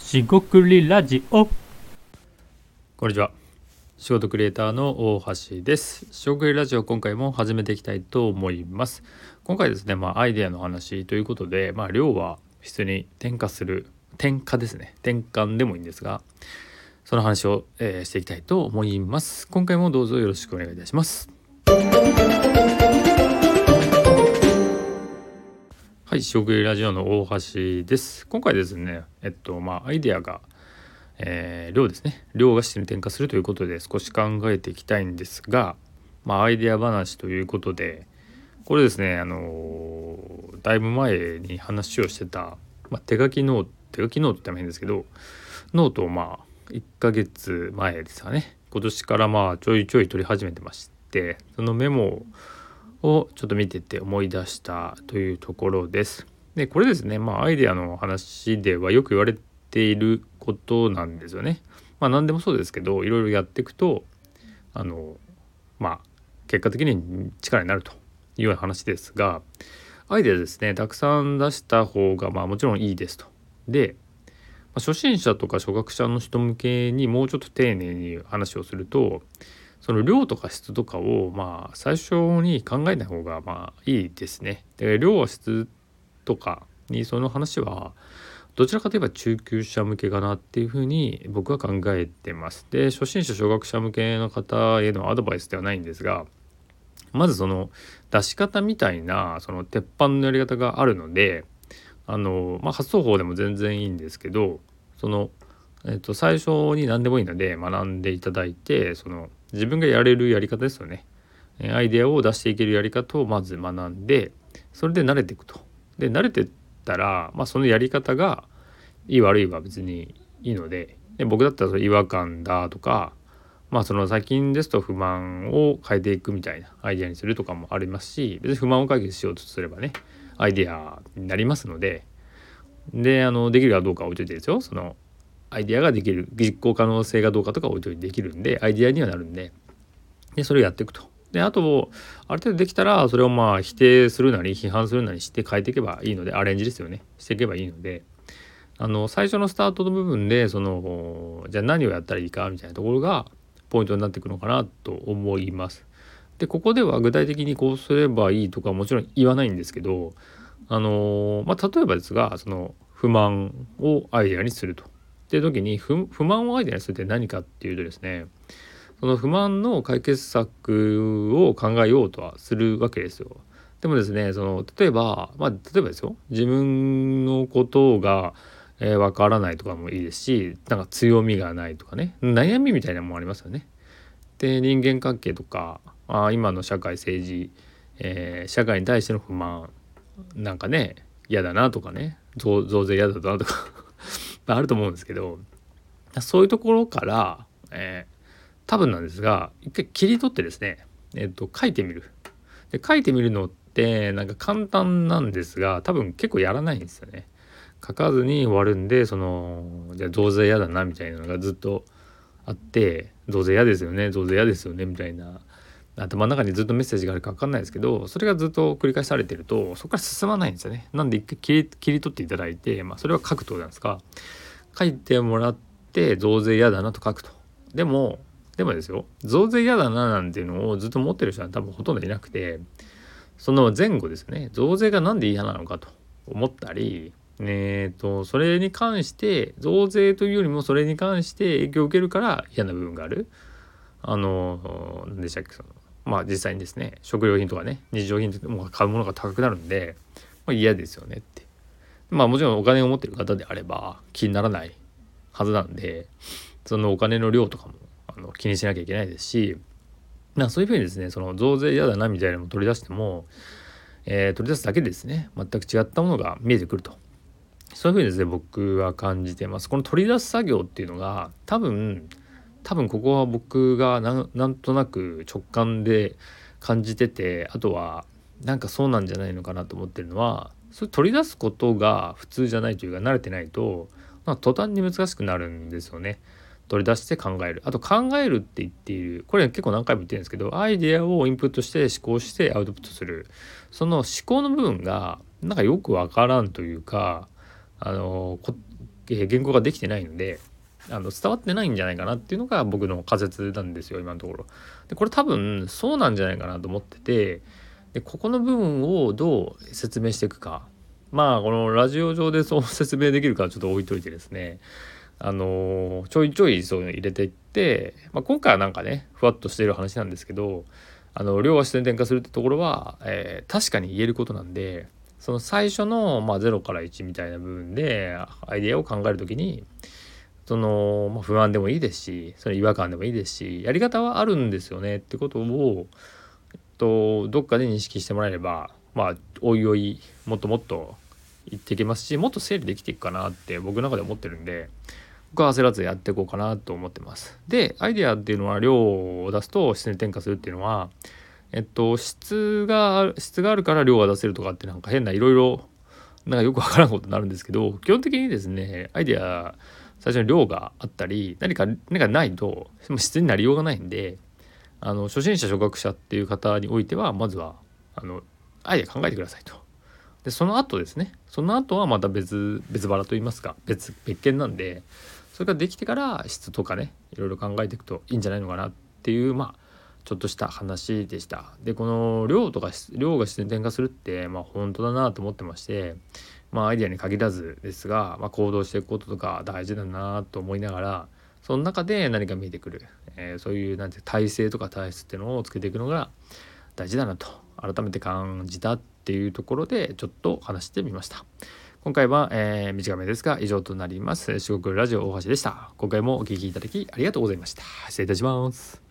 しごくりラジオ。 こんにちは。仕事クリエイターの大橋です。しごくりラジオ、今回も始めていきたいと思います。今回ですね、アイデアの話ということで、量は普通に転嫁ですね。転換でもいいんですが、その話を、していきたいと思います。今回もどうぞよろしくお願いいたします。はい、しごくりラジオの大橋です。今回ですね、アイデアが量ですね。量が質に転化するということで少し考えていきたいんですが、アイデア話ということで、これですね、だいぶ前に話をしてた、手書きノートって変ですけど、ノートを1ヶ月前ですかね。今年からちょいちょい取り始めてまして、そのメモをちょっと見てて思い出したというところです。で、これですね、アイデアの話ではよく言われていることなんですよね。何でもそうですけど、いろいろやっていくと結果的に力になるというような話ですが、アイデアですね、たくさん出した方がもちろんいいですと。で、初心者とか初学者の人向けにもうちょっと丁寧に話をすると、その量とか質とかを最初に考えない方がいいですね。で、量は質とかにその話はどちらかといえば中級者向けかなっていうふうに僕は考えてます。で、初心者初学者向けの方へのアドバイスではないんですが、まずその出し方みたいなその鉄板のやり方があるので、発想法でも全然いいんですけど、その最初に何でもいいので学んでいただいて、その自分がやれるやり方ですよね。アイデアを出していけるやり方をまず学んで、それで慣れていくと。で、慣れてったら、そのやり方がいい悪いは別にいいので、僕だったらそれ違和感だとか、その最近ですと不満を変えていくみたいなアイデアにするとかもありますし、別に不満を解決しようとすればね、アイデアになりますので、でできるかどうかは置いといてですよ。そのアイデアができる、実行可能性がどうかとか置いといてできるんで、アイデアにはなるんで、それをやっていくと。で、あとある程度できたらそれを否定するなり批判するなりして変えていけばいいので、アレンジですよね、していけばいいので、最初のスタートの部分でじゃあ何をやったらいいかみたいなところがポイントになっていくのかなと思います。で、ここでは具体的にこうすればいいとかもちろん言わないんですけど、例えばですが、その不満をアイデアにすると。っていう時に不満をアイデアにするって何かっていうとですね、その不満の解決策を考えようとはするわけですよ。でもですね、例えばですよ、自分のことがわからないとかもいいですし、なんか強みがないとかね、悩みみたいなもんありますよね。で、人間関係とか、今の社会政治、社会に対しての不満、なんかね、嫌だなとかね、増税嫌だなとかあると思うんですけど、そういうところから、多分なんですが、一回切り取ってですね、書いてみる。で、書いてみるのってなんか簡単なんですが、多分結構やらないんですよね。書かずに終わるんで、じゃあ増税嫌だなみたいなのがずっとあって、増税嫌ですよね、増税嫌ですよねみたいな、頭の中にずっとメッセージがあるか分かんないですけど、それがずっと繰り返されてるとそこから進まないんですよね。なんで一回切り取っていただいて、それは書くとなんですか、書いてもらって増税嫌だなと書くと。でもですよ、増税嫌だななんていうのをずっと持ってる人は多分ほとんどいなくて、その前後ですね、増税がなんで嫌なのかと思ったり、それに関して増税というよりもそれに関して影響を受けるから嫌な部分がある。何でしたっけ、実際にですね、食料品とかね、日常品とか買うものが高くなるんで、嫌ですよねって。もちろんお金を持ってる方であれば気にならないはずなんで、そのお金の量とかも気にしなきゃいけないですし、そういうふうにですね、その増税嫌だなみたいなのを取り出しても、取り出すだけでですね、全く違ったものが見えてくると。そういうふうにですね、僕は感じてます。この取り出す作業っていうのが多分ここは僕がなんとなく直感で感じてて、あとはなんかそうなんじゃないのかなと思ってるのは、それ取り出すことが普通じゃないというか慣れてないと、途端に難しくなるんですよね。取り出して考える。あと考えるって言っている。これ結構何回も言ってるんですけど、アイデアをインプットして思考してアウトプットする。その思考の部分がなんかよくわからんというか、 言語ができてないので伝わってないんじゃないかなっていうのが僕の仮説なんですよ今のところ。でこれ多分そうなんじゃないかなと思ってて、でここの部分をどう説明していくか、このラジオ上でそう説明できるかはちょっと置いといてですね、ちょいちょいそういうの入れていって、今回はなんかねふわっとしている話なんですけど、量は視点転化するってところは、確かに言えることなんで、その最初の、0から1みたいな部分でアイデアを考えるときに不安でもいいですし、その違和感でもいいですし、やり方はあるんですよねってことをどっかで認識してもらえれば、おいおいもっともっと言っていけますし、もっと整理できていくかなって僕の中で思ってるんで、僕は焦らずやっていこうかなと思ってます。でアイデアっていうのは量を出すと視点転化するっていうのは、質があるから量が出せるとかってなんか変ないろいろなんかよくわからんことになるんですけど、基本的にですねアイデア最初に量があったり何かないと質になりようがないんで、初心者初学者っていう方においてはまずはアイデア考えてくださいと。でその後はまた別腹といいますか別件なんで、それができてから質とかねいろいろ考えていくといいんじゃないのかなっていうちょっとした話でした。でこの量が視点転化するって本当だなと思ってまして、アイデアに限らずですが、行動していくこととか大事だなと思いながら、その中で何か見えてくる、そういう体制とか体質っていうのをつけていくのが大事だなと改めて感じたっていうところでちょっと話してみました。今回は、短めですが以上となります。四国ラジオ大橋でした。今回もお聞きいただきありがとうございました。失礼いたします。